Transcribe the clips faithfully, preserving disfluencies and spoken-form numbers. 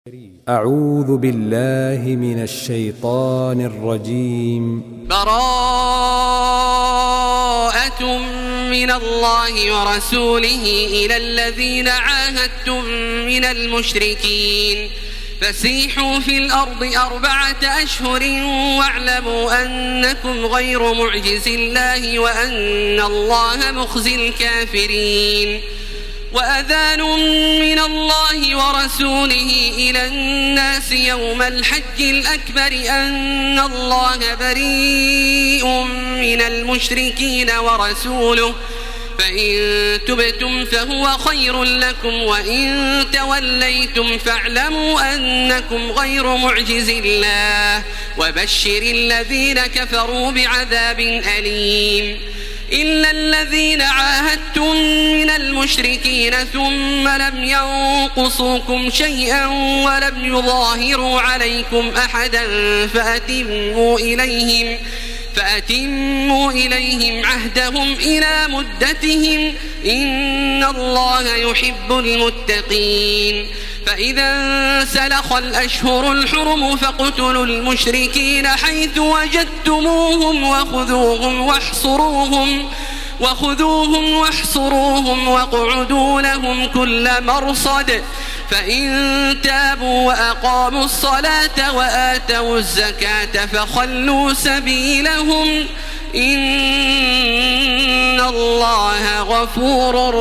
أعوذ بالله من الشيطان الرجيم. براءة من الله ورسوله إلى الذين عاهدتم من المشركين فسيحوا في الأرض أربعة أشهر واعلموا أنكم غير معجز الله وأن الله مخزي الكافرين. وأذان من الله ورسوله إلى الناس يوم الحج الأكبر أن الله بريء من المشركين ورسوله فإن تبتم فهو خير لكم وإن توليتم فاعلموا أنكم غير معجز الله وبشر الذين كفروا بعذاب أليم. إلا الذين عاهدتم من المشركين ثم لم ينقصوكم شيئا ولم يظاهروا عليكم أحدا فأتموا إليهم, فأتموا إليهم عهدهم إلى مدتهم إن الله يحب المتقين. فإذا انسلخ الأشهر الحرم فاقتلوا المشركين حيث وجدتموهم وخذوهم واحصروهم وخذوهم واحصروهم واقعدوا لهم كل مرصد فإن تابوا وأقاموا الصلاة وآتوا الزكاة فخلوا سبيلهم إن الله غفور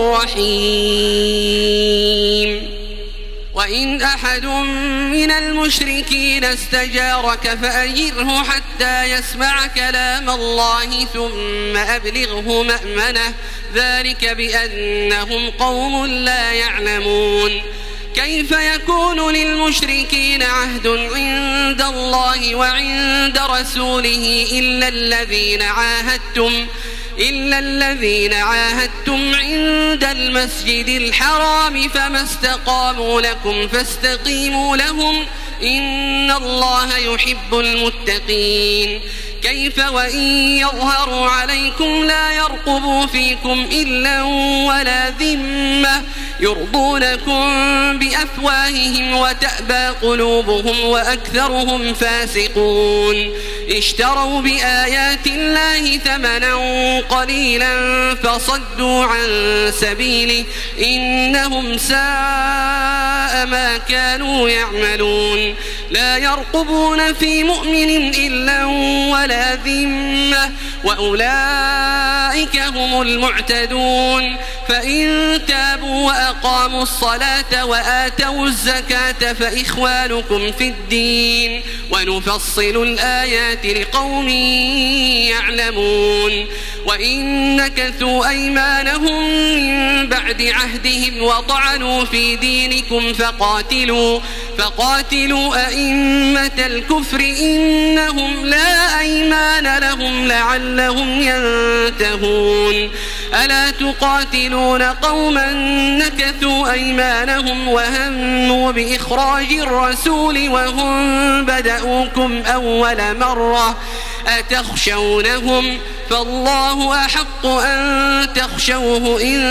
رحيم. وإن أحد من المشركين استجارك فأجره حتى يسمع كلام الله ثم أبلغه مأمنه ذلك بأنهم قوم لا يعلمون. كيف يكون للمشركين عهد عند الله وعند رسوله إلا الذين عاهدتم إلا الذين عاهدتم عند المسجد الحرام فما استقاموا لكم فاستقيموا لهم إن الله يحب المتقين. كيف وإن يظهروا عليكم لا يرقبوا فيكم إلا ولا ذمة يرضونكم بأفواههم وتأبى قلوبهم وأكثرهم فاسقون. اشتروا بآيات الله ثمنا قليلا فصدوا عن سبيله إنهم ساء ما كانوا يعملون. لا يرقبون في مؤمن إلا ولا ذمة وأولئك هم المعتدون. فإن تابوا وأقاموا الصلاة وآتوا الزكاة فإخوانكم في الدين ونفصل الآيات لقوم يعلمون. وإن نكثوا أيمانهم من بعد عهدهم وطعنوا في دينكم فقاتلوا فقاتلوا أئمة الكفر إنهم لا أيمان لهم لعلهم ينتهون. ألا تقاتلون قوما نكثوا أيمانهم وهموا بإخراج الرسول وهم بدأوكم أول مرة أتخشونهم فالله أحق أن تخشوه إن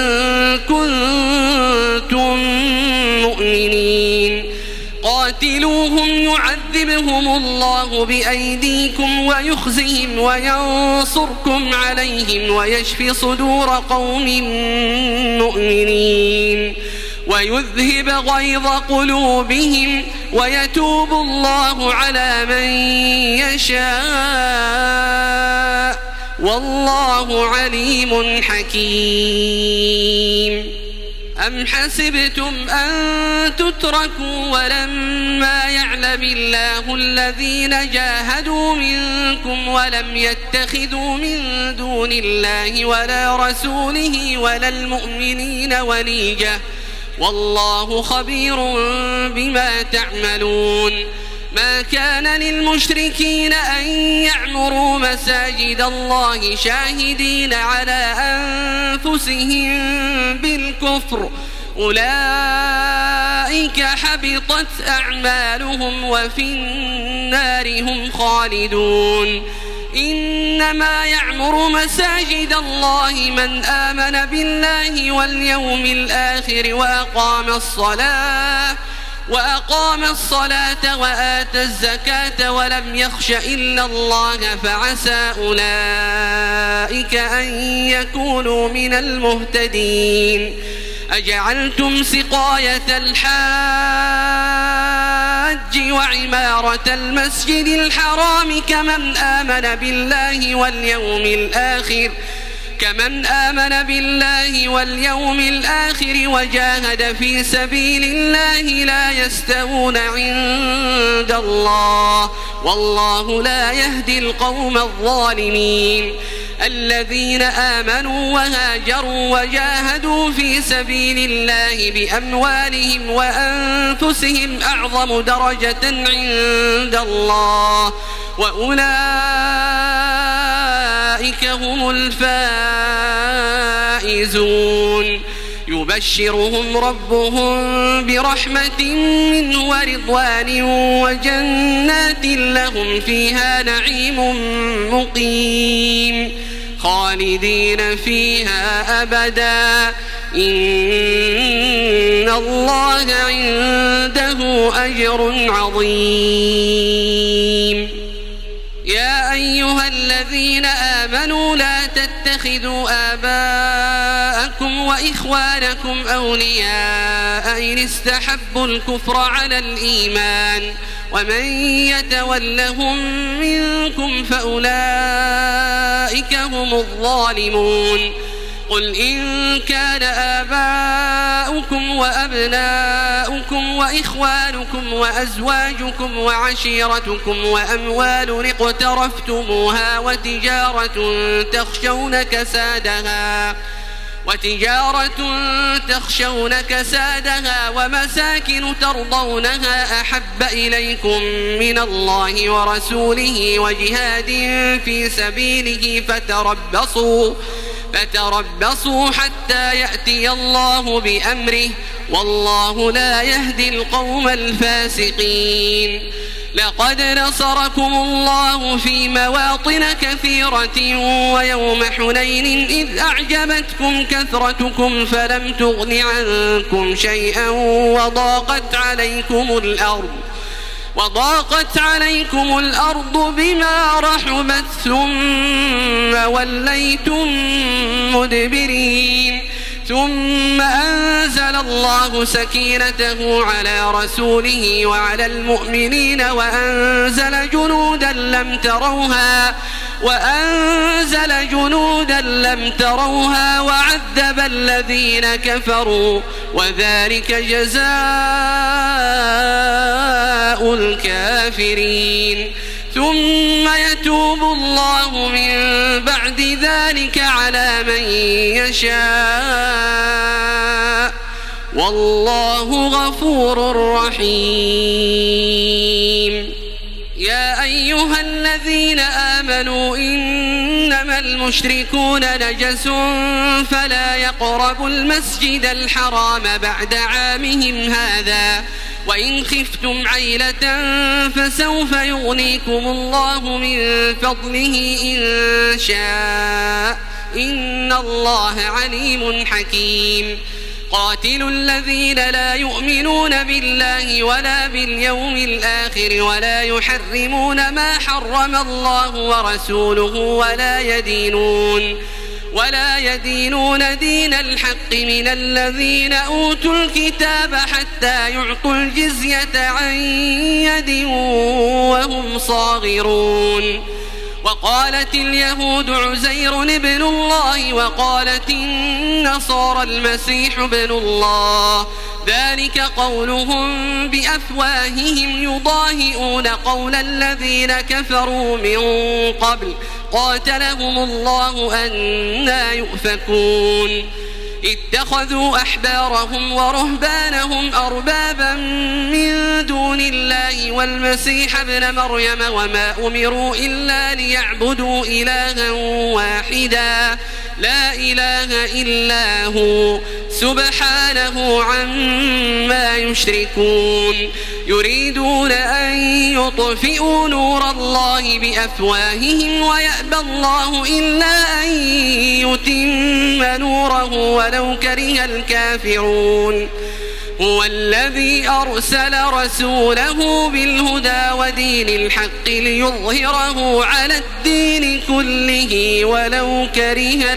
كنتم مؤمنين. قاتلوهم يعذبهم الله بأيديكم ويخزهم وينصركم عليهم ويشفي صدور قوم مؤمنين ويذهب غيظ قلوبهم ويتوب الله على من يشاء والله عليم حكيم. أم حسبتم أن تتركوا ولما يعلم الله الذين جاهدوا منكم ولم يتخذوا من دون الله ولا رسوله ولا المؤمنين وليجة والله خبير بما تعملون. ما كان للمشركين أن يعمروا مساجد الله شاهدين على أنفسهم بالكفر أولئك حبطت أعمالهم وفي النار هم خالدون. إنما يعمر مساجد الله من آمن بالله واليوم الآخر وأقام الصلاة وأقام الصلاة وآتى الزكاة ولم يخش إلا الله فعسى أولئك أن يكونوا من المهتدين. أجعلتم سقاية الحاج وعمارة المسجد الحرام كمن آمن بالله واليوم الآخر كمن آمن بالله واليوم الآخر وجاهد في سبيل الله لا يستوون عند الله والله لا يهدي القوم الظالمين. الذين آمنوا وهاجروا وجاهدوا في سبيل الله بأموالهم وأنفسهم أعظم درجة عند الله وأولئك هم الفائزون. يبشرهم ربهم برحمة منه ورضوان وجنات لهم فيها نعيم مقيم خالدين فيها أبدا إن الله عنده أجر عظيم. يا أيها الذين آمنوا لا تتخذوا آباءكم وإخوانكم أولياء إن استحبوا الكفر على الإيمان ومن يتولهم منكم فأولئك هم الظالمون. قل إن كان آباؤكم وأبناؤكم وإخوانكم وأزواجكم وعشيرتكم وأموال اقترفتموها وتجارة تخشون كسادها وتجارة تخشون كسادها ومساكن ترضونها أحب إليكم من الله ورسوله وجهاد في سبيله فتربصوا فتربصوا حتى يأتي الله بأمره والله لا يهدي القوم الفاسقين. لقد نصركم الله في مواطن كثيرة ويوم حنين إذ أعجبتكم كثرتكم فلم تغن عنكم شيئا وضاقت عليكم الأرض وضاقت عليكم الأرض بما رحبت ثم وليتم مدبرين. ثم أنزل الله سكينته على رسوله وعلى المؤمنين وأنزل جنودا لم تروها وأنزل جنودا لم تروها وعذب الذين كفروا وذلك جزاء الكافرين. ثم يتوب الله من بعد ذلك على من يشاء والله غفور رحيم. يا أيها الذين آمنوا إنما المشركون نجس فلا يقربوا المسجد الحرام بعد عامهم هذا وإن خفتم عيلة فسوف يغنيكم الله من فضله إن شاء إن الله عليم حكيم. قاتلوا الذين لا يؤمنون بالله ولا باليوم الآخر ولا يحرمون ما حرم الله ورسوله ولا يدينون ولا يدينون دين الحق من الذين أوتوا الكتاب حتى يعطوا الجزية عن يد وهم صاغرون. وقالت اليهود عزير ابن الله وقالت النصارى المسيح ابن الله ذلك قولهم بأفواههم يضاهئون قول الذين كفروا من قبل قاتلهم الله أنى يؤفكون. اتخذوا أحبارهم ورهبانهم أربابا من دون الله والمسيح ابن مريم وما أمروا إلا ليعبدوا إلها واحدا لا إله إلا هو سبحانه عما يشركون. يريدون أن يطفئوا نور الله بأفواههم ويأبى الله إلا أن يتم نوره ولو كره الكافرون. هو الذي أرسل رسوله بالهدى ودين الحق ليظهره على الدين كله ولو كره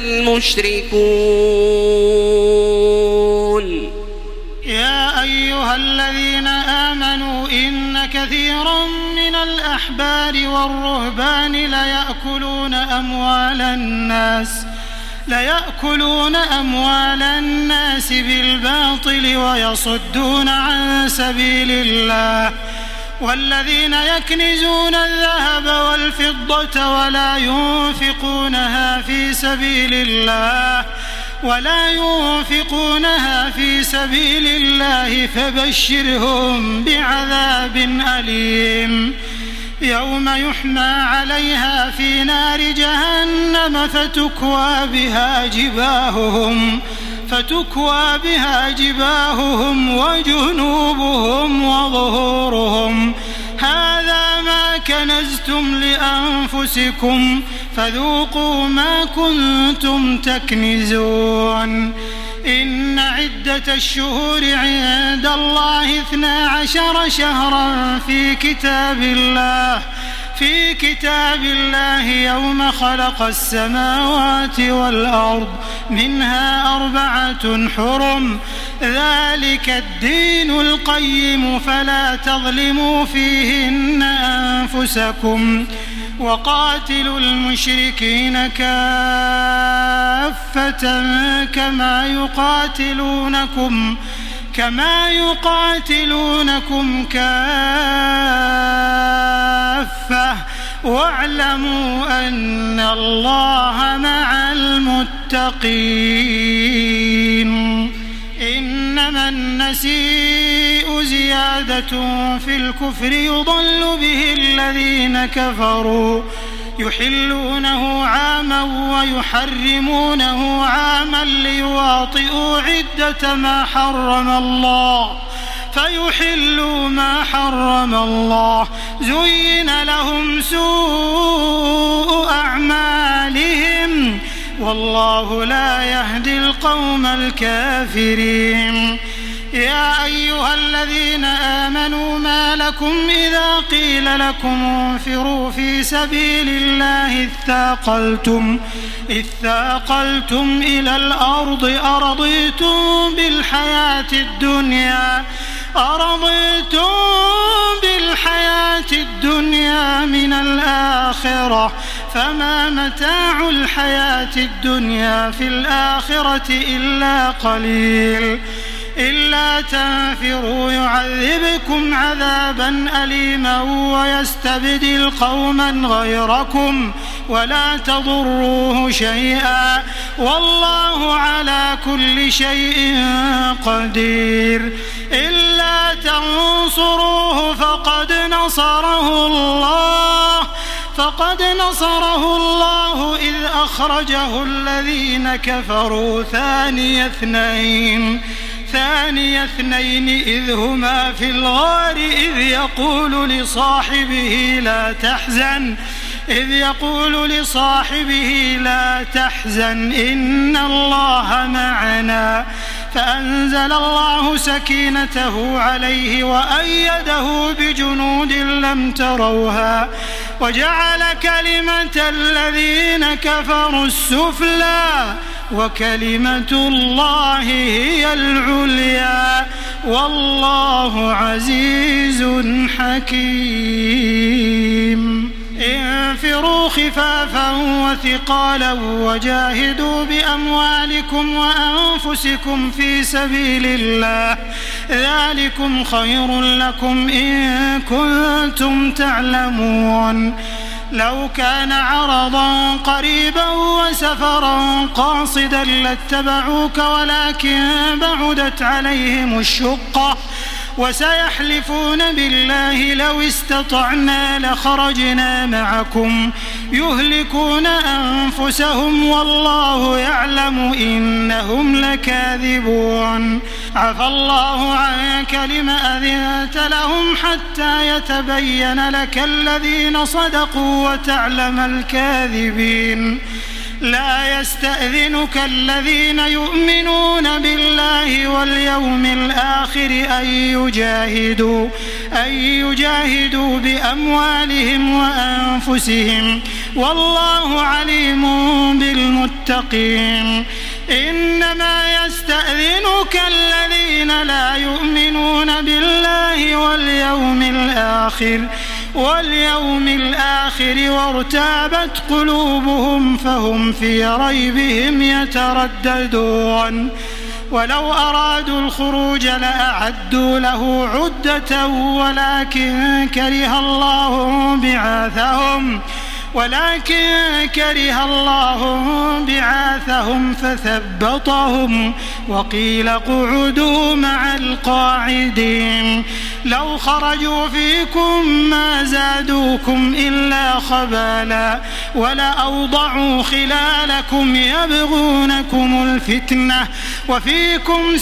المشركون. يا أيها الذين آمنوا إن كثيرا من الأحبار والرهبان ليأكلون أموال الناس ليأكلون أموال الناس بالباطل ويصدون عن سبيل الله والذين يكنزون الذهب والفضة ولا ينفقونها في سبيل الله ولا ينفقونها في سبيل الله فبشرهم بعذاب أليم يوم يحمى عليها في نار جهنم فتكوى بها جباههم فتكوى بها جباههم وجنوبهم وظهورهم هذا ما كنزتم لأنفسكم فذوقوا ما كنتم تكنزون. إن عدة الشهور عند الله اثنا عشر شهرا في كتاب الله في كتاب الله يوم خلق السماوات والأرض منها أربعة حرم ذلك الدين القيم فلا تظلموا فيهن أنفسكم وقاتلوا المشركين كافة كما يقاتلونكم كما يقاتلونكم كافة واعلموا أن الله مع المتقين. إنما النسيء زيادة في الكفر يضل به الذين كفروا يحلونه عاما ويحرمونه عاما ليواطئوا عدة ما حرم الله فيحلوا ما حرم الله زين لهم سوء أعمالهم والله لا يهدي القوم الكافرين. يا أيها الذين آمنوا ما لكم إذا قيل لكم انفروا في سبيل الله اثاقلتم اثاقلتم إلى الأرض أرضيتم بالحياة الدنيا أرضيتم بالحياة الدنيا من الآخرة فما متاع الحياة الدنيا في الآخرة إلا قليل. إلا تنفروا يعذبكم عذابا أليما ويستبدل قوما غيركم ولا تضروه شيئا والله على كل شيء قدير. إلا تنصروه فقد نصره الله فقد نصره الله إذ أخرجه الذين كفروا ثاني اثنين ثاني اثنين إذ هما في الغار إذ يقول لصاحبه لا تحزن إذ يقول لصاحبه لا تحزن إن الله معنا فأنزل الله سكينته عليه وأيده بجنود لم تروها وجعل كلمة الذين كفروا السفلى وكلمة الله هي العليا والله عزيز حكيم. انفروا خفافا وثقالا وجاهدوا بأموالكم وأنفسكم في سبيل الله ذلكم خير لكم إن كنتم تعلمون. لو كان عرضا قريبا وسفرا قاصدا لاتبعوك ولكن بعدت عليهم الشقة وسيحلفون بالله لو استطعنا لخرجنا معكم يهلكون أنفسهم والله يعلم إنهم لكاذبون. عفى الله عنك لما أذنت لهم حتى يتبين لك الذين صدقوا وتعلم الكاذبين. لا يستأذنك الذين يؤمنون بالله واليوم الآخر أن يجاهدوا أن يجاهدوا بأموالهم وأنفسهم والله عليم بالمتقين. إنما يستأذنك الذين لا يؤمنون بالله واليوم الآخر واليوم الآخر وارتابت قلوبهم فهم في ريبهم يترددون. ولو أرادوا الخروج لأعدوا له عدة ولكن كره الله بعاثهم ولكن كره الله بعاثهم فثبطهم وقيل اقعدوا مع القاعدين. لو خرجوا فيكم ما زادوكم إلا خبالا ولأوضعوا خلالكم يبغونكم الفتنة وفيكم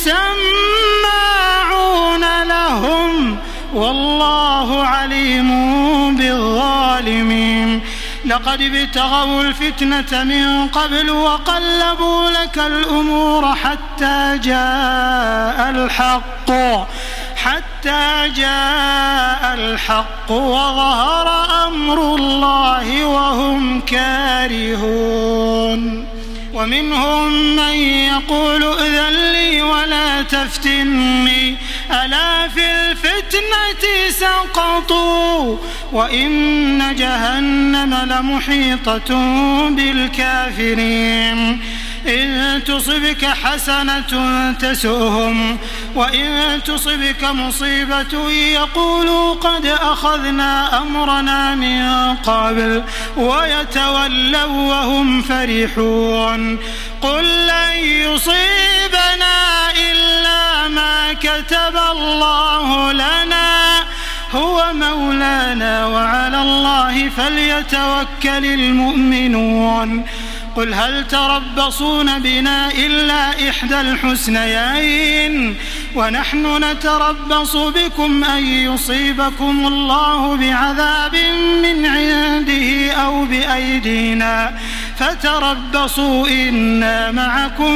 سماعون لهم والله عليم بالظالمين. لقد ابتغوا الفتنة من قبل وقلبوا لك الأمور حتى جاء الحق حتى جاء الحق وظهر أمر الله وهم كارهون. ومنهم من يقول ائذن لي ولا تفتني ألا في الفتنة سقطوا وإن جهنم لمحيطة بالكافرين. إن تصبك حسنة تسؤهم وإن تصبك مصيبة يقولوا قد أخذنا أمرنا من قبل ويتولوا وهم فرحون. قل لن يصيبنا إلا ما كتب الله لنا هو مولانا وعلى الله فليتوكل المؤمنون. قل هل تربصون بنا إلا إحدى الحسنيين ونحن نتربص بكم أن يصيبكم الله بعذاب من عنده أو بأيدينا فتربصوا إنا معكم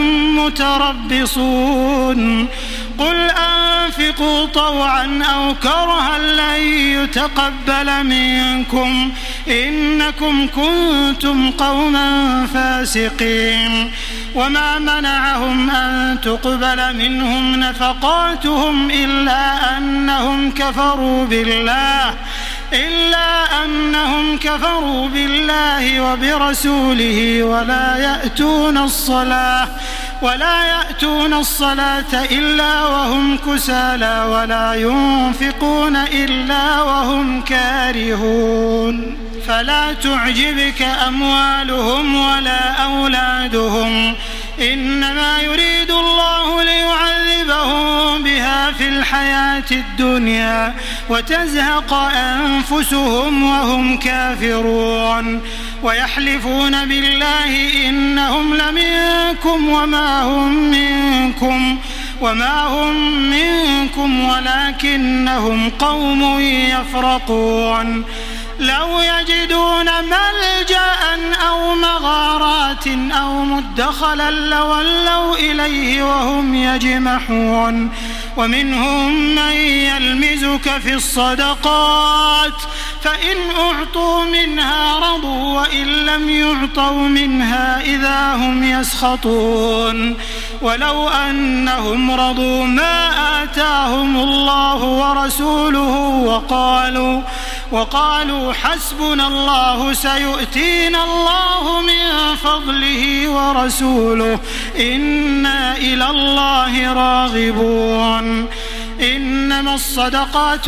متربصون. قل أنفقوا طوعا أو كرها لن يتقبل منكم إنكم كنتم قوما فاسقين. وما منعهم أن تقبل منهم نفقاتهم إلا أنهم كفروا بالله إلا أنهم كفروا بالله وبرسوله ولا يأتون الصلاة ولا يأتون الصلاة إلا وهم كسالى ولا ينفقون إلا وهم كارهون. فلا تعجبك أموالهم ولا أولادهم إنما يريد الله ليعذبهم بها في الحياة الدنيا وتزهق أنفسهم وهم كافرون. ويحلفون بالله إنهم لمنكم وما هم منكم وما هم منكم ولكنهم قوم يفرقون. لو يجدون ملجأ أو مغارات أو مدخلا لولوا إليه وهم يجمحون. ومنهم من يلمزك في الصدقات فإن أعطوا منها رضوا وإن لم يعطوا منها إذا هم يسخطون. ولو أنهم رضوا ما آتاهم الله ورسوله وقالوا وقالوا حسبنا الله سيؤتينا الله من فضله ورسوله إنا إلى الله راغبون. إنما الصدقات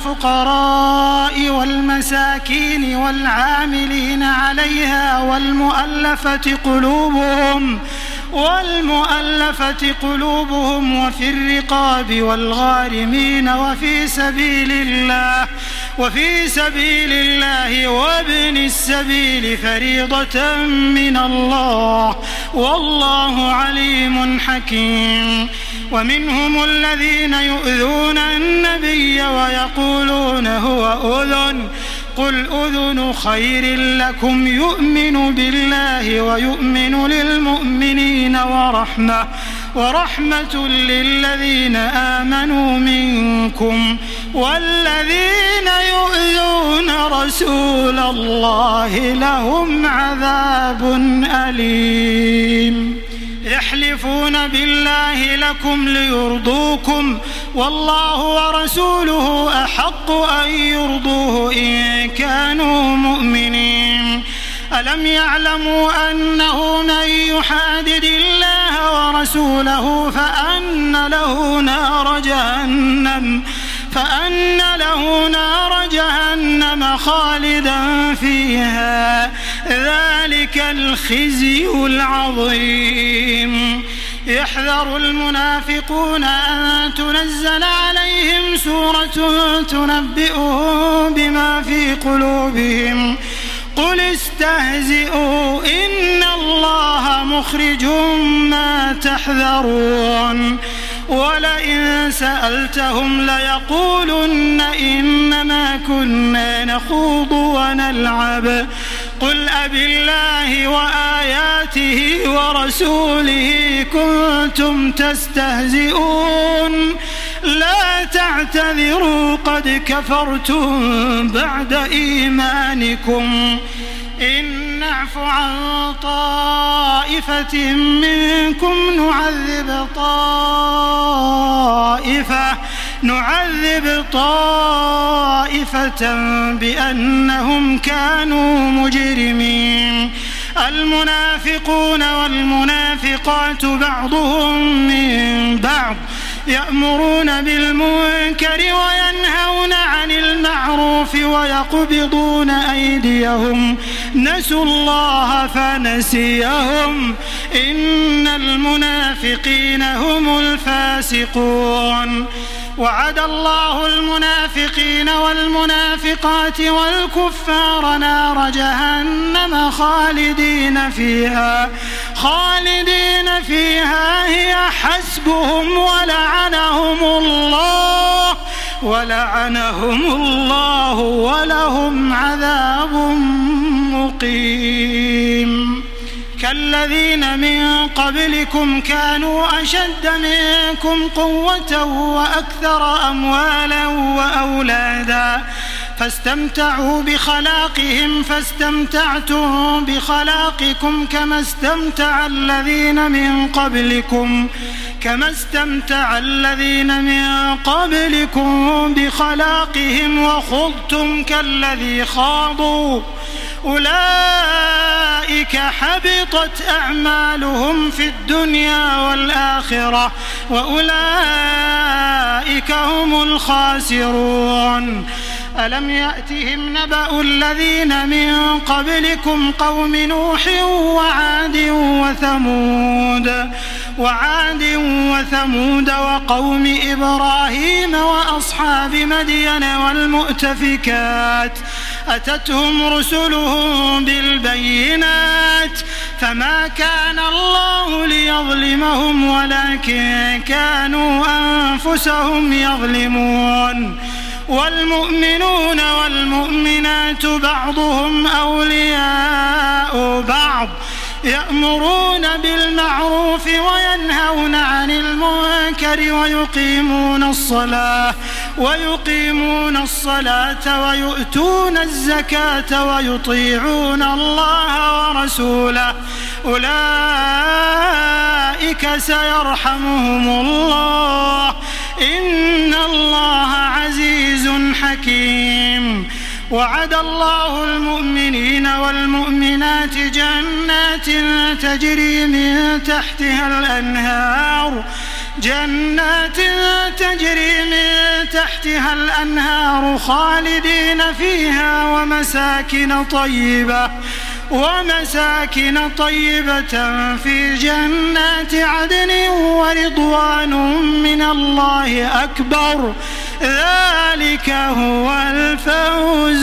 للفقراء والمساكين والعاملين عليها والمؤلفة قلوبهم والمؤلفة قلوبهم وفي الرقاب والغارمين وفي سبيل الله وفي سبيل الله وابن السبيل فريضة من الله والله عليم حكيم. ومنهم الذين يؤذون النبي ويقولون هو أذن قل أذن خير لكم يؤمن بالله ويؤمن للمؤمنين ورحمة ورحمة للذين آمنوا منكم والذين يؤذون رسول الله لهم عذاب أليم. يحلفون بالله لكم ليرضوكم والله ورسوله أحق أن يرضوه إن كانوا مؤمنين. ألم يعلموا أنه من يحادد الله ورسوله فأن له نار جهنم فأن له نار جهنم خالدا فيها ذلك الخزي العظيم. يحذر المنافقون أن تنزل عليهم سورة تنبئهم بما في قلوبهم قل استهزئوا إن الله مخرج ما تحذرون. ولئن سألتهم ليقولن إنما كنا نخوض ونلعب قل أبالله وآياته ورسوله كنتم تستهزئون لا تعتذروا قد كفرتم بعد إيمانكم إن نعف عن طائفة منكم نعذب طائفة نعذب طائفة بأنهم كانوا مجرمين. المنافقون والمنافقات بعضهم من بعض يأمرون بالمنكر وينهون عن المعروف ويقبضون أيديهم نسوا الله فنسيهم إن المنافقين هم الفاسقون. وعد الله المنافقين والمنافقات والكفار نار جهنم خالدين فيها خالدين فيها هي حسبهم ولعنهم الله ولعنهم الله ولهم عذاب مقيم. كالذين من قبلكم كانوا أشد منكم قوة وأكثر أموالا وأولادا فاستمتعوا بخلاقهم فاستمتعتم بخلاقكم كما استمتع الذين من قبلكم كما استمتع الذين من قبلكم بخلاقهم وخضتم كالذي خاضوا أولئك حبطت أعمالهم في الدنيا والآخرة وأولئك هم الخاسرون. ألم يأتهم نبأ الذين من قبلكم قوم نوح وعاد وثمود وعاد وثمود وقوم إبراهيم وأصحاب مدين والمؤتفكات أتتهم رسلهم بالبينات فما كان الله ليظلمهم ولكن كانوا أنفسهم يظلمون. والمؤمنون والمؤمنات بعضهم أولياء بعض يأمرون بالمعروف وينهون عن المنكر ويقيمون الصلاة ويقيمون الصلاة ويؤتون الزكاة ويطيعون الله ورسوله أولئك سيرحمهم الله إن الله عزيز حكيم. وعد الله المؤمنين والمؤمنات جنات تجري من تحتها الأنهار جنات تجري من تحتها الأنهار خالدين فيها ومساكن طيبة ومساكن طيبة في جنات عدن ورضوان من الله أكبر ذلك هو الفوز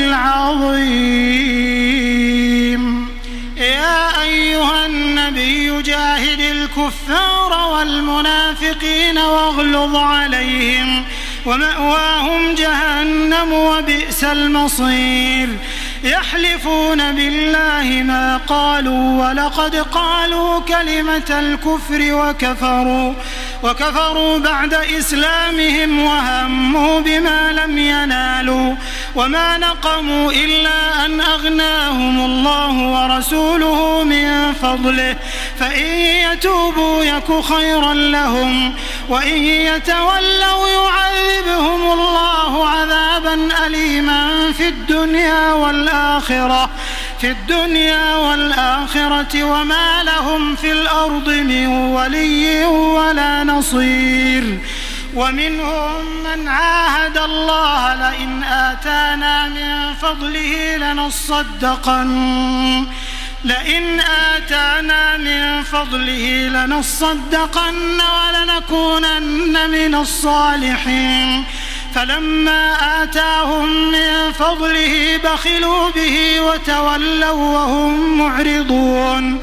العظيم. يا أيها النبي جاهد الكفار والمنافقين واغلظ عليهم ومأواهم جهنم وبئس المصير يحلفون بالله ما قالوا ولقد قالوا كلمة الكفر وكفروا وكفروا بعد إسلامهم وهموا بما لم ينالوا وما نقموا إلا أن أغناهم الله ورسوله من فضله فإن يتوبوا يك خيرا لهم وإن يتولوا يعذبهم الله عذابا أليما في الدنيا والآخرة في الدنيا والآخرة وما لهم في الأرض من ولي ولا نصير ومنهم من عاهد الله لئن آتانا من فضله لنصدقن لئن آتانا من فضله لنصدقن ولنكونن من الصالحين فلما آتاهم من فضله بخلوا به وتولوا وهم معرضون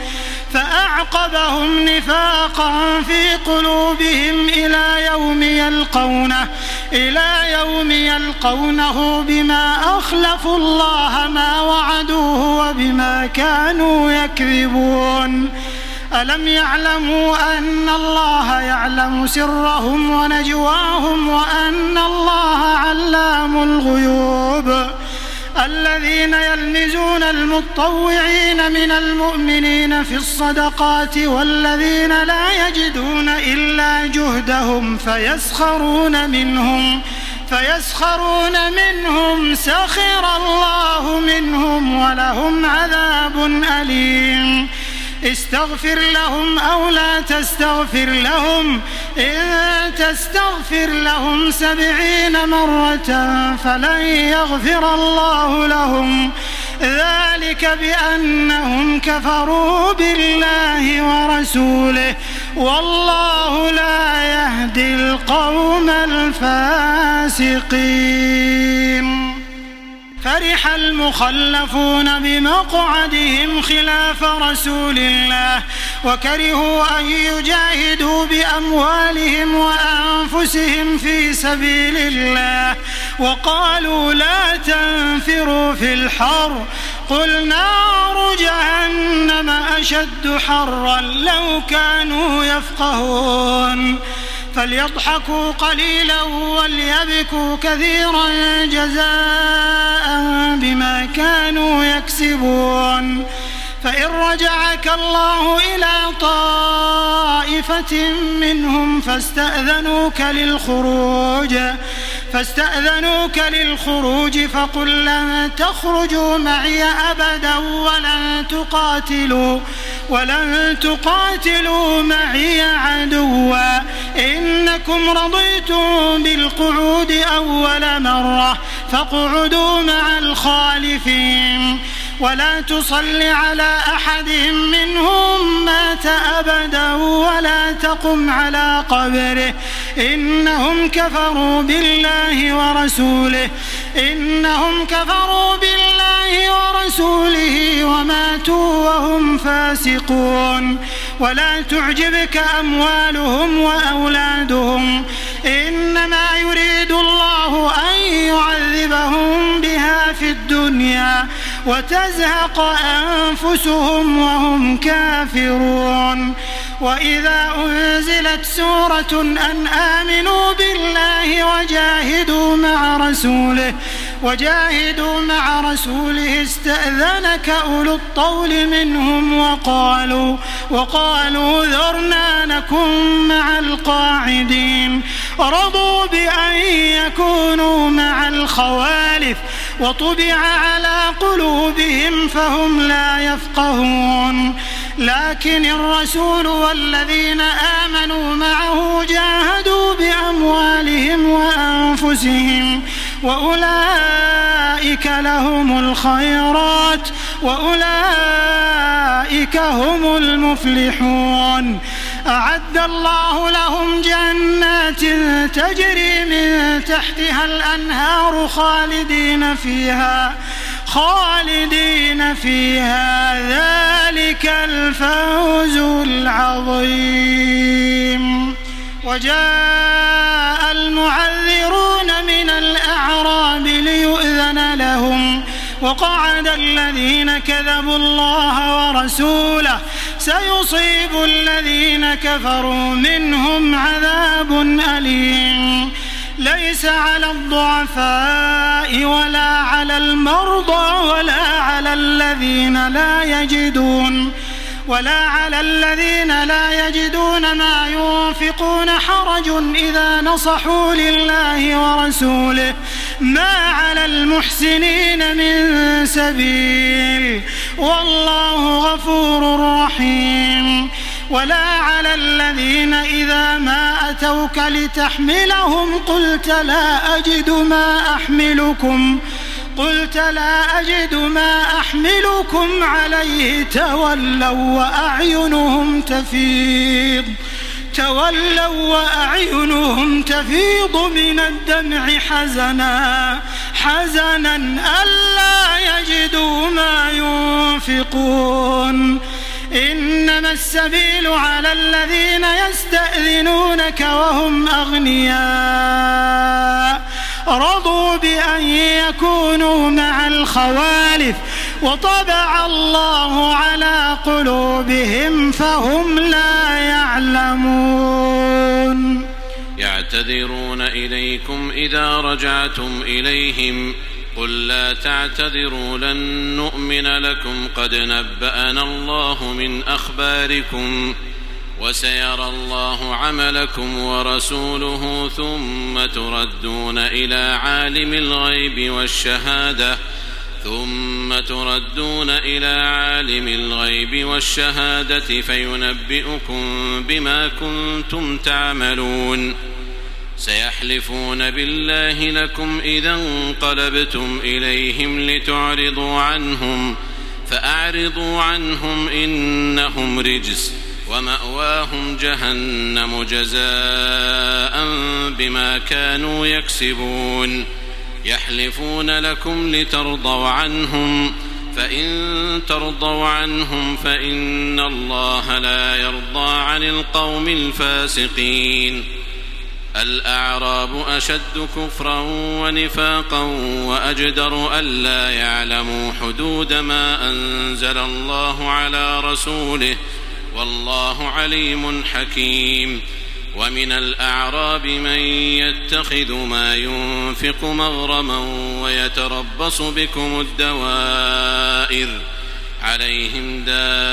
فأعقبهم نفاقا في قلوبهم إلى يوم يلقونه إلى يوم يلقونه بما أخلفوا الله ما وعدوه وبما كانوا يكذبون ألم يعلموا أن الله يعلم سرهم ونجواهم وأن الله علام الغيوب الذين يلمزون المتطوعين من المؤمنين في الصدقات والذين لا يجدون إلا جهدهم فيسخرون منهم فيسخرون منهم سخر الله منهم ولهم عذاب أليم استغفر لهم أو لا تستغفر لهم إن تستغفر لهم سبعين مرة فلن يغفر الله لهم ذلك بأنهم كفروا بالله ورسوله والله لا يهدي القوم الفاسقين فرح المخلفون بمقعدهم خلاف رسول الله وكرهوا أن يجاهدوا بأموالهم وأنفسهم في سبيل الله وقالوا لا تنفروا في الحر قل نار جهنم أشد حرا لو كانوا يفقهون فليضحكوا قليلا وليبكوا كثيرا جزاء بما كانوا يكسبون فإن رجعك الله إلى طائفة منهم فاستأذنوك للخروج فاستأذنوك للخروج فقل لن تخرجوا معي أبدا ولن تقاتلوا ولن تقاتلوا معي عدوا إنكم رضيتم بالقعود أول مرة فاقعدوا مع الخالفين ولا تصل على أحد منهم مات أبدا ولا تقم على قبره إنهم كفروا بالله ورسوله إنهم كفروا بالله ورسوله وماتوا وهم فاسقون ولا تعجبك أموالهم وأولادهم إنما يريد الله أن يعذبهم بها في الدنيا وتزهق أنفسهم وهم كافرون وإذا أنزلت سورة أن آمنوا بالله وجاهدوا مع رسوله وجاهدوا مع رسوله استأذنك أولو الطول منهم وقالوا وقالوا ذرنا نكن مع القاعدين رضوا بأن يكونوا مع الخوالف وطبع على قلوبهم فهم لا يفقهون لكن الرسول والذين آمنوا معه جاهدوا بأموالهم وأنفسهم وأولئك لهم الخيرات وأولئك هم المفلحون أعد الله لهم جنات تجري من تحتها الأنهار خالدين فيها خالدين فيها ذلك الفوز العظيم وجاء المعذرون من الأعراب ليؤذن لهم وقعد الذين كذبوا الله ورسوله سيصيب الذين كفروا منهم عذاب أليم. ليس على الضعفاء ولا على المرضى ولا على الذين لا يجدون ولا على الذين لا يجدون ما ينفقون حرج إذا نصحوا لله ورسوله ما على المحسنين من سبيل والله غفور رحيم. ولا على الذين إذا ما أتوك لتحملهم قلت لا أجد ما أحملكم قلت لا أجد ما أحملكم عليه تولوا وأعينهم تفيض تولوا وأعينهم تفيض من الدمع حزنا حزنا ألا يجدوا ما ينفقون. إنما السبيل على الذين يستأذنونك وهم أغنياء رضوا بأن يكونوا مع الخوالف وطبع الله على قلوبهم فهم لا يعلمون. يعتذرون إليكم إذا رجعتم إليهم قل لا تعتذروا لن نؤمن لكم قد نبأنا الله من أخباركم وسيرى الله عملكم ورسوله ثم تردون إلى عالم الغيب والشهادة ثم تردون إلى عالم الغيب والشهادة فينبئكم بما كنتم تعملون. سيحلفون بالله لكم إذا انقلبتم إليهم لتعرضوا عنهم فأعرضوا عنهم إنهم رجس ومأواهم جهنم جزاء بما كانوا يكسبون. يحلفون لكم لترضوا عنهم فإن ترضوا عنهم فإن الله لا يرضى عن القوم الفاسقين. الأعراب أشد كفرا ونفاقا وأجدر ألا يعلموا حدود ما أنزل الله على رسوله والله عليم حكيم. ومن الأعراب من يتخذ ما ينفق مغرما ويتربص بكم الدوائر عليهم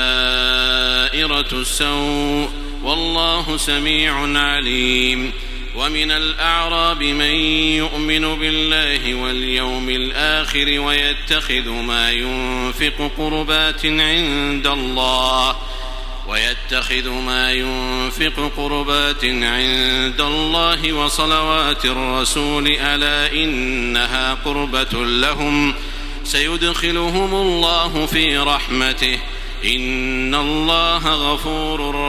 دائرة السوء والله سميع عليم. ومن الأعراب من يؤمن بالله واليوم الآخر ويتخذ ما ينفق قربات عند الله ويتخذ ما ينفق قربات عند الله وصلوات الرسول ألا إنها قربة لهم سيدخلهم الله في رحمته إن الله غفور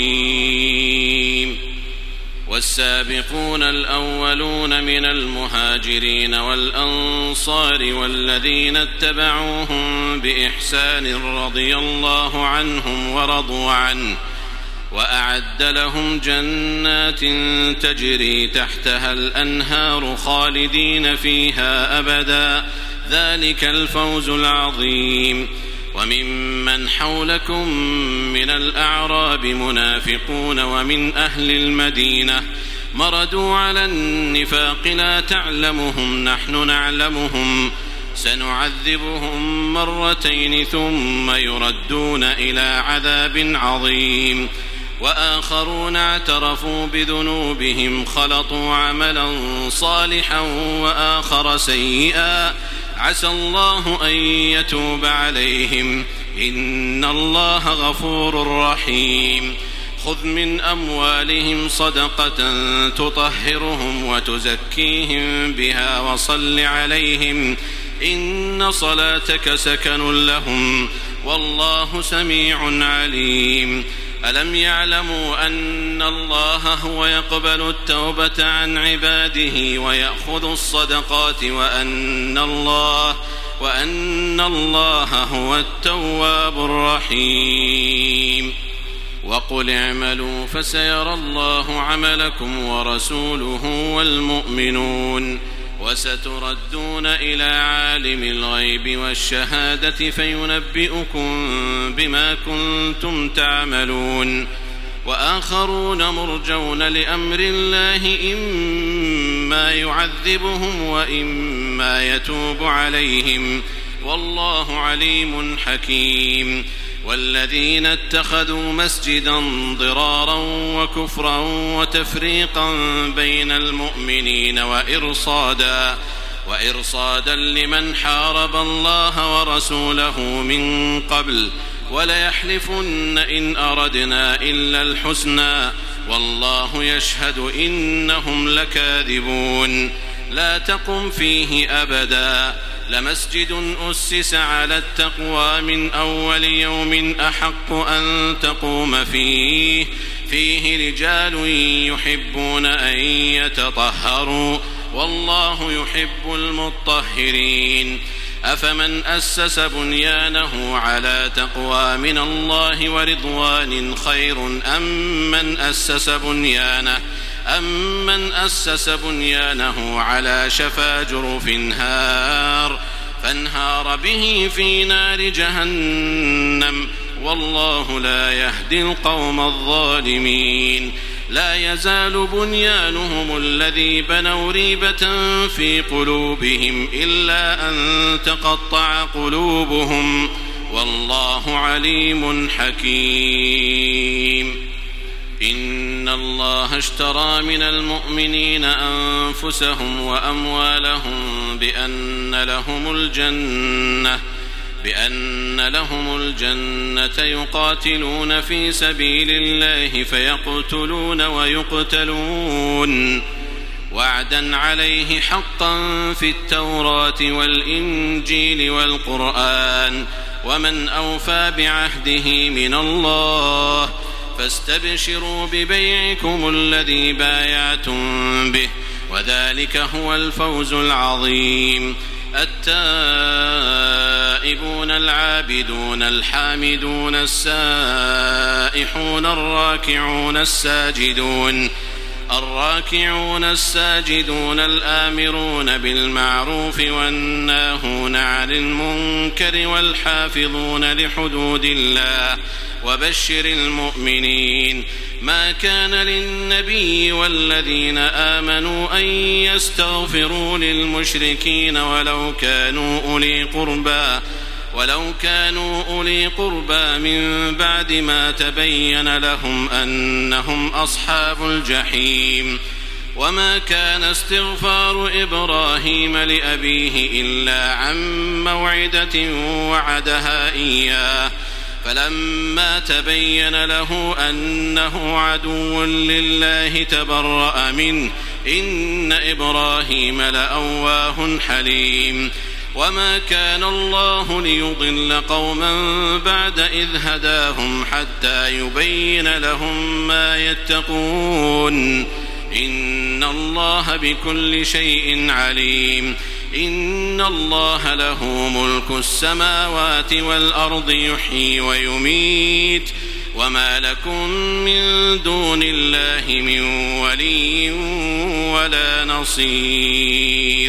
رحيم. والسابقون الأولون من المهاجرين والأنصار والذين اتبعوهم بإحسان رضي الله عنهم ورضوا عنه وأعد لهم جنات تجري تحتها الأنهار خالدين فيها أبدا ذلك الفوز العظيم. وممن حولكم من الأعراب منافقون ومن أهل المدينة مردوا على النفاق لا تعلمهم نحن نعلمهم سنعذبهم مرتين ثم يردون إلى عذاب عظيم. وآخرون اعترفوا بذنوبهم خلطوا عملا صالحا وآخر سيئا عسى الله أن يتوب عليهم إن الله غفور رحيم. خذ من أموالهم صدقة تطهرهم وتزكيهم بها وصل عليهم إن صلاتك سكن لهم والله سميع عليم. ألم يعلموا أن الله هو يقبل التوبة عن عباده ويأخذ الصدقات وأن الله وأن الله هو التواب الرحيم. وقل اعملوا فسيرى الله عملكم ورسوله والمؤمنون وستردون إلى عالم الغيب والشهادة فينبئكم بما كنتم تعملون وآخرون مرجون لأمر الله إما يعذبهم وإما يتوب عليهم والله عليم حكيم والذين اتخذوا مسجدا ضرارا وكفرا وتفريقا بين المؤمنين وإرصادا وإرصادا لمن حارب الله ورسوله من قبل وليحلفن إن أردنا إلا الحسنى والله يشهد إنهم لكاذبون لا تقم فيه أبدا لمسجد أسس على التقوى من أول يوم أحق أن تقوم فيه فيه رجال يحبون أن يتطهروا والله يحب المطهرين أفمن أسس بنيانه على تقوى من الله ورضوان خير أم من أسس بنيانه أمن أسس بنيانه على شفا جرف هار فانهار به في نار جهنم والله لا يهدي القوم الظالمين لا يزال بنيانهم الذي بنوا ريبة في قلوبهم إلا أن تقطع قلوبهم والله عليم حكيم إن الله اشترى من المؤمنين أنفسهم وأموالهم بأن لهم الجنة بأن لهم الجنة يقاتلون في سبيل الله فيقتلون ويقتلون وعدا عليه حقا في التوراة والإنجيل والقرآن ومن أوفى بعهده من الله فاستبشروا ببيعكم الذي بايعتم به وذلك هو الفوز العظيم التائبون العابدون الحامدون السائحون الراكعون الساجدون الراكعون الساجدون الآمرون بالمعروف والناهون عن المنكر والحافظون لحدود الله وبشر المؤمنين ما كان للنبي والذين آمنوا أن يستغفروا للمشركين ولو كانوا أولي قربى ولو كانوا أولي قربى من بعد ما تبين لهم أنهم أصحاب الجحيم وما كان استغفار إبراهيم لأبيه إلا عن موعدة وعدها إياه فلما تبين له أنه عدو لله تبرأ منه إن إبراهيم لأواه حليم وما كان الله ليضل قوما بعد إذ هداهم حتى يبين لهم ما يتقون إن الله بكل شيء عليم إن الله له ملك السماوات والأرض يحيي ويميت وما لكم من دون الله من ولي ولا نصير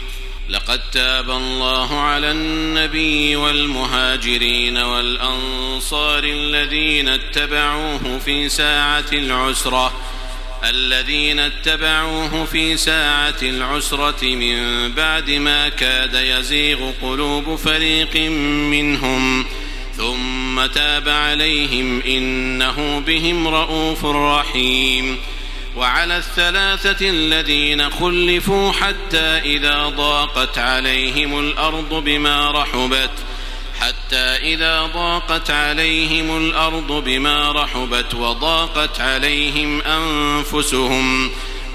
لقد تاب الله على النبي والمهاجرين والأنصار الذين اتبعوه في ساعة العسرة الذين اتبعوه في ساعة العسرة من بعد ما كاد يزيغ قلوب فريق منهم ثم تاب عليهم إنه بهم رءوف رحيم وعلى الثلاثة الذين خلفوا حتى إذا ضاقت عليهم الأرض بما رحبت حتى إذا ضاقت عليهم الأرض بما رحبت وضاقت عليهم أنفسهم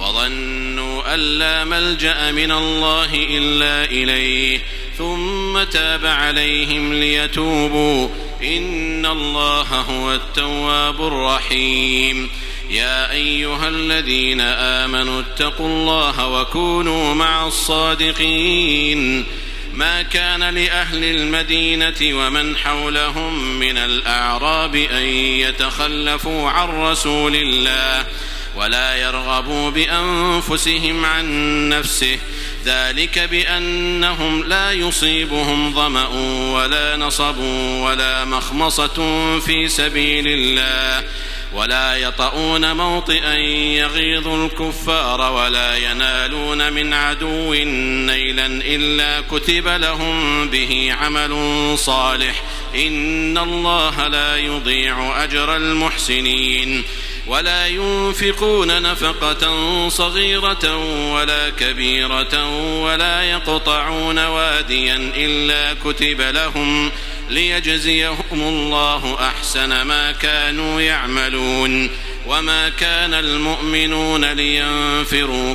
وظنوا أن لا ملجأ من الله إلا إليه ثم تاب عليهم ليتوبوا إن الله هو التواب الرحيم يا أيها الذين آمنوا اتقوا الله وكونوا مع الصادقين ما كان لأهل المدينة ومن حولهم من الأعراب أن يتخلفوا عن رسول الله ولا يرغبوا بأنفسهم عن نفسه، ذلك بأنهم لا يصيبهم ظمأ ولا نصب ولا مخمصة في سبيل الله ولا يطؤون موطئا يغيظ الكفار ولا ينالون من عدو نيلا إلا كتب لهم به عمل صالح، إن الله لا يضيع أجر المحسنين. ولا ينفقون نفقة صغيرة ولا كبيرة ولا يقطعون واديا إلا كتب لهم ليجزيهم الله أحسن ما كانوا يعملون. وما كان المؤمنون لينفروا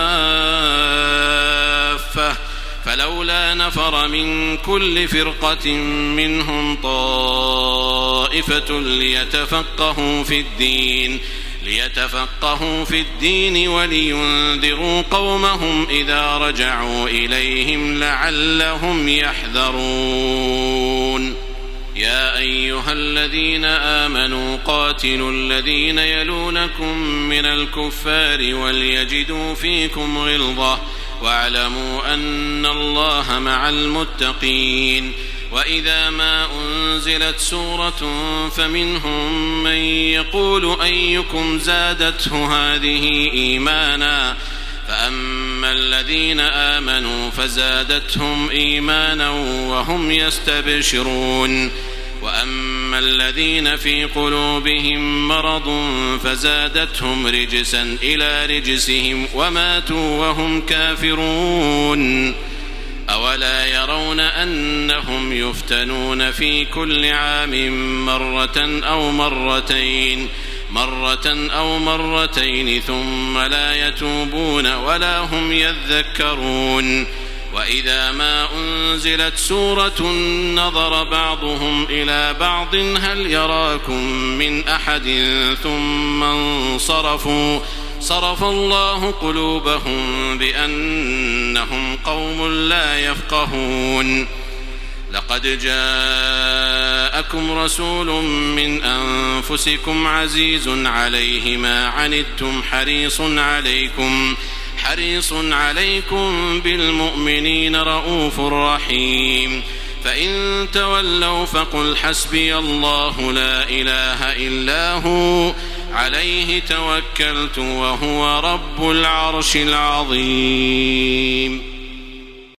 كافة فلولا نفر من كل فرقة منهم طائفة ليتفقهوا في الدين ليتفقهوا في الدين ولينذروا قومهم إذا رجعوا إليهم لعلهم يحذرون. يا أيها الذين آمنوا قاتلوا الذين يلونكم من الكفار وليجدوا فيكم غلظة واعلموا أن الله مع المتقين. وإذا ما أنزلت سورة فمنهم من يقول أيكم زادته هذه إيمانا فأما الذين آمنوا فزادتهم إيمانا وهم يستبشرون وأما الذين في قلوبهم مرض فزادتهم رجسا إلى رجسهم وماتوا وهم كافرون. أولا يرون أنهم يفتنون في كل عام مرة أو مرتين مرة أو مرتين ثم لا يتوبون ولا هم يذكرون. وإذا ما أنزلت سورة نظر بعضهم إلى بعض هل يراكم من أحد ثم انصرفوا صرف الله قلوبهم بأنهم قوم لا يفقهون. لقد جاءكم رسول من أنفسكم عزيز عليه ما عنتم حريص عليكم حريص عليكم بالمؤمنين رؤوف رحيم. فإن تولوا فقل حسبي الله لا إله إلا هو عليه توكلت وهو رب العرش العظيم.